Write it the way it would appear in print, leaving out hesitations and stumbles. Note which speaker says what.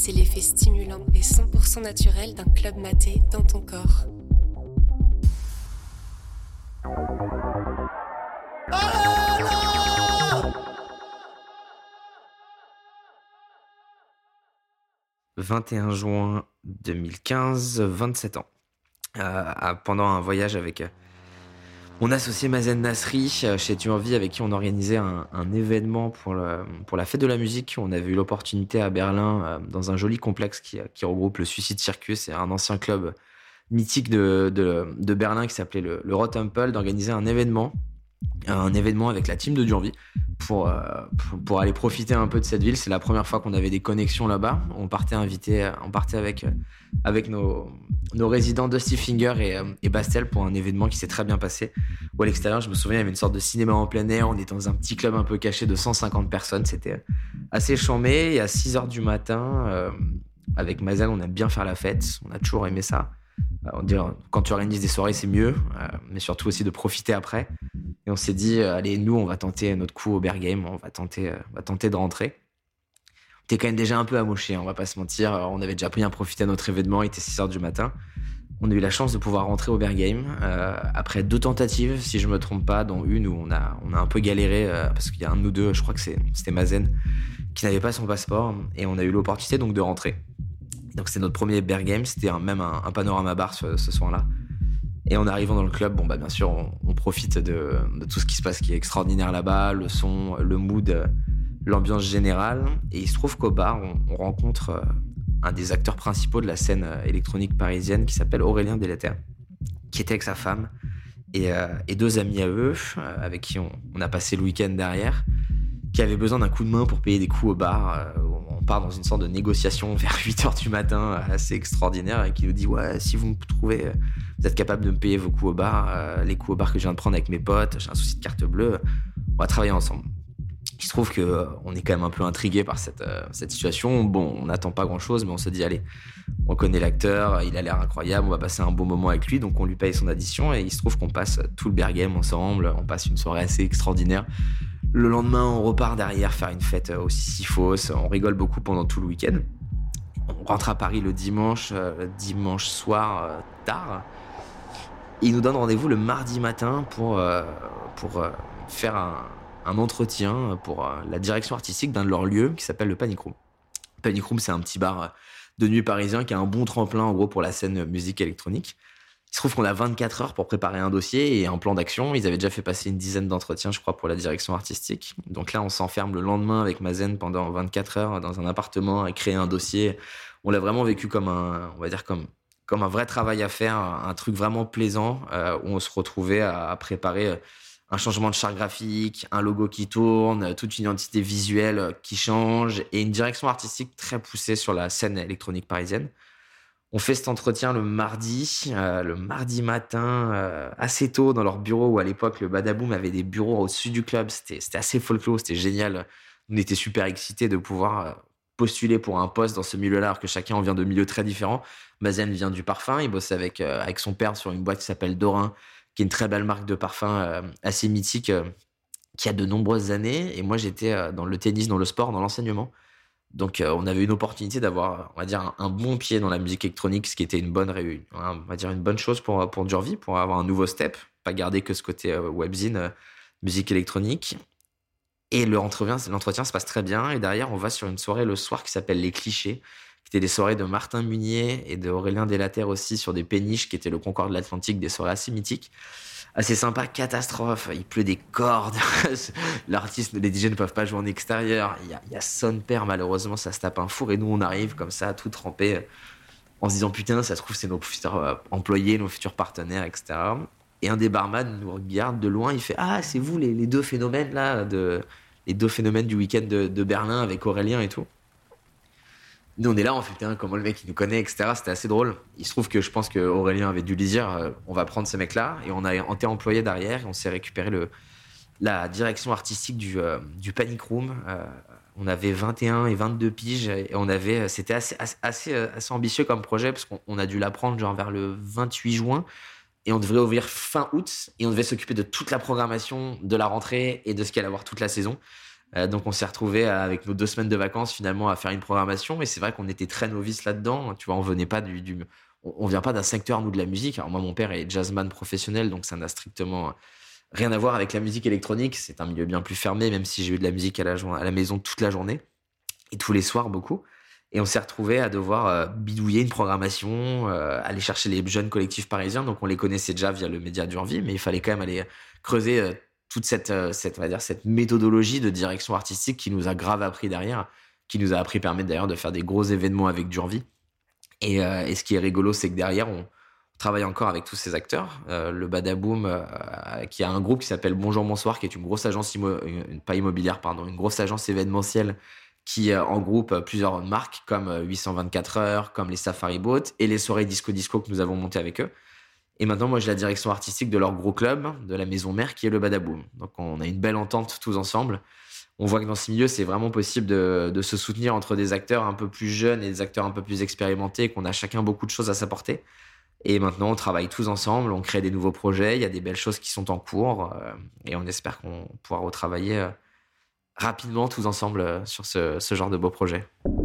Speaker 1: c'est l'effet stimulant et 100% naturel d'un club maté dans ton corps.
Speaker 2: « 21 juin 2015, 27 ans. Pendant un voyage avec mon associé Mazen Nasri chez Turvie, avec qui on organisait un événement pour la fête de la musique. On avait eu l'opportunité à Berlin, dans un joli complexe qui regroupe le Suicide Circus, c'est un ancien club mythique de Berlin qui s'appelait le Rotemple, d'organiser un événement avec la team de Durvie pour aller profiter un peu de cette ville. C'est la première fois qu'on avait des connexions là-bas. On partait avec nos résidents Dusty Finger et Bastel pour un événement qui s'est très bien passé. Où à l'extérieur, je me souviens, il y avait une sorte de cinéma en plein air. On était dans un petit club un peu caché de 150 personnes. C'était assez chambé. Et à 6h du matin, avec Mazen, on aime bien faire la fête. On a toujours aimé ça. On dit, quand tu organises des soirées, c'est mieux, mais surtout aussi de profiter après. Et on s'est dit, allez, nous, on va tenter notre coup au Bear Game, on va tenter de rentrer. On était quand même déjà un peu amoché, on va pas se mentir. On avait déjà bien profité de notre événement, il était 6h du matin. On a eu la chance de pouvoir rentrer au Bear Game après 2 tentatives, si je me trompe pas, dont une où on a un peu galéré parce qu'il y a un de nous deux, je crois que c'était Mazen, qui n'avait pas son passeport, et on a eu l'opportunité donc de rentrer. Donc c'est notre premier Bear Game, c'était même un panorama bar ce soir-là. Et en arrivant dans le club, bien sûr, on profite de tout ce qui se passe qui est extraordinaire là-bas, le son, le mood, l'ambiance générale. Et il se trouve qu'au bar, on rencontre un des acteurs principaux de la scène électronique parisienne qui s'appelle Aurélien Delaterre, qui était avec sa femme et 2 amis à eux, avec qui on a passé le week-end derrière, qui avaient besoin d'un coup de main pour payer des coups au bar. On part dans une sorte de négociation vers 8h du matin assez extraordinaire, et qui nous dit ouais, si vous êtes capable de me payer vos coups au bar, les coups au bar que je viens de prendre avec mes potes, j'ai un souci de carte bleue, on va travailler ensemble. Il se trouve qu'on est quand même un peu intrigué par cette situation. Bon, on n'attend pas grand chose, mais on se dit allez, on connaît l'acteur, il a l'air incroyable, on va passer un bon moment avec lui, donc on lui paye son addition. Et il se trouve qu'on passe tout le Bear Game ensemble, on passe une soirée assez extraordinaire. Le lendemain, on repart derrière faire une fête aussi Sisyphos. On rigole beaucoup pendant tout le week-end. On rentre à Paris le dimanche soir tard. Et il nous donne rendez-vous le mardi matin pour faire un entretien pour la direction artistique d'un de leurs lieux qui s'appelle le Panic Room. Panic Room, c'est un petit bar de nuit parisien qui a un bon tremplin en gros pour la scène musique électronique. Il se trouve qu'on a 24 heures pour préparer un dossier et un plan d'action. Ils avaient déjà fait passer une dizaine d'entretiens, je crois, pour la direction artistique. Donc là, on s'enferme le lendemain avec Mazen pendant 24 heures dans un appartement à créer un dossier. On l'a vraiment vécu comme comme un vrai travail à faire, un truc vraiment plaisant où on se retrouvait à préparer un changement de charte graphique, un logo qui tourne, toute une identité visuelle qui change et une direction artistique très poussée sur la scène électronique parisienne. On fait cet entretien le mardi matin, assez tôt dans leur bureau, où à l'époque, le Badaboom avait des bureaux au-dessus du club. C'était assez folklore, c'était génial. On était super excités de pouvoir postuler pour un poste dans ce milieu-là, alors que chacun vient de milieux très différents. Mazen vient du parfum, il bosse avec son père sur une boîte qui s'appelle Dorin, qui est une très belle marque de parfum assez mythique, qui a de nombreuses années. Et moi, j'étais dans le tennis, dans le sport, dans l'enseignement. Donc, on avait une opportunité d'avoir, on va dire, un bon pied dans la musique électronique, ce qui était une bonne chose pour Durvie, pour avoir un nouveau step, pas garder que ce côté webzine, musique électronique. Et l'entretien se passe très bien. Et derrière, on va sur une soirée le soir qui s'appelle Les Clichés, qui était des soirées de Martin Munier et de Aurélien Delaterre aussi, sur des péniches qui étaient le Concorde de l'Atlantique, des soirées assez mythiques. Assez sympa, catastrophe, il pleut des cordes, l'artiste, les DJ ne peuvent pas jouer en extérieur, il y a son père, malheureusement ça se tape un four, et nous on arrive comme ça, tout trempé, en se disant putain, ça se trouve c'est nos futurs employés, nos futurs partenaires, etc. Et un des barman nous regarde de loin, il fait ah, c'est vous les 2 phénomènes là, les 2 phénomènes du week-end de Berlin avec Aurélien et tout. Nous, on est là, on fait putain, comment le mec il nous connaît, etc. C'était assez drôle. Il se trouve que je pense qu'Aurélien avait dû lui dire on va prendre ces mecs-là. Et on a été employés derrière, et on s'est récupéré la direction artistique du Panic Room. On avait 21 et 22 piges, et c'était assez ambitieux comme projet, parce qu'on a dû l'apprendre genre vers le 28 juin. Et on devrait ouvrir fin août, et on devait s'occuper de toute la programmation de la rentrée et de ce qu'il allait avoir toute la saison. Donc on s'est retrouvés avec nos 2 semaines de vacances finalement à faire une programmation. Et c'est vrai qu'on était très novices là-dedans. Tu vois, on venait pas on vient pas d'un secteur, nous, de la musique. Alors moi, mon père est jazzman professionnel, donc ça n'a strictement rien à voir avec la musique électronique. C'est un milieu bien plus fermé, même si j'ai eu de la musique à la maison toute la journée et tous les soirs beaucoup. Et on s'est retrouvés à devoir bidouiller une programmation, aller chercher les jeunes collectifs parisiens. Donc on les connaissait déjà via le média d'Urvie, mais il fallait quand même aller creuser toute on va dire, cette méthodologie de direction artistique qui nous a grave appris derrière, qui nous a appris permettre d'ailleurs de faire des gros événements avec D'Urvie. Et ce qui est rigolo, c'est que derrière, on travaille encore avec tous ces acteurs. Le Badaboom, qui a un groupe qui s'appelle Bonjour Bonsoir, qui est une grosse agence pas immobilière, pardon, une grosse agence événementielle qui en groupe plusieurs marques comme 824 heures, comme les Safari Boat et les soirées Disco Disco que nous avons montées avec eux. Et maintenant, moi, j'ai la direction artistique de leur gros club, de la maison mère, qui est le Badaboom. Donc, on a une belle entente tous ensemble. On voit que dans ce milieu, c'est vraiment possible de se soutenir entre des acteurs un peu plus jeunes et des acteurs un peu plus expérimentés, qu'on a chacun beaucoup de choses à s'apporter. Et maintenant, on travaille tous ensemble, on crée des nouveaux projets, il y a des belles choses qui sont en cours, et on espère qu'on pourra retravailler rapidement tous ensemble sur ce genre de beaux projets.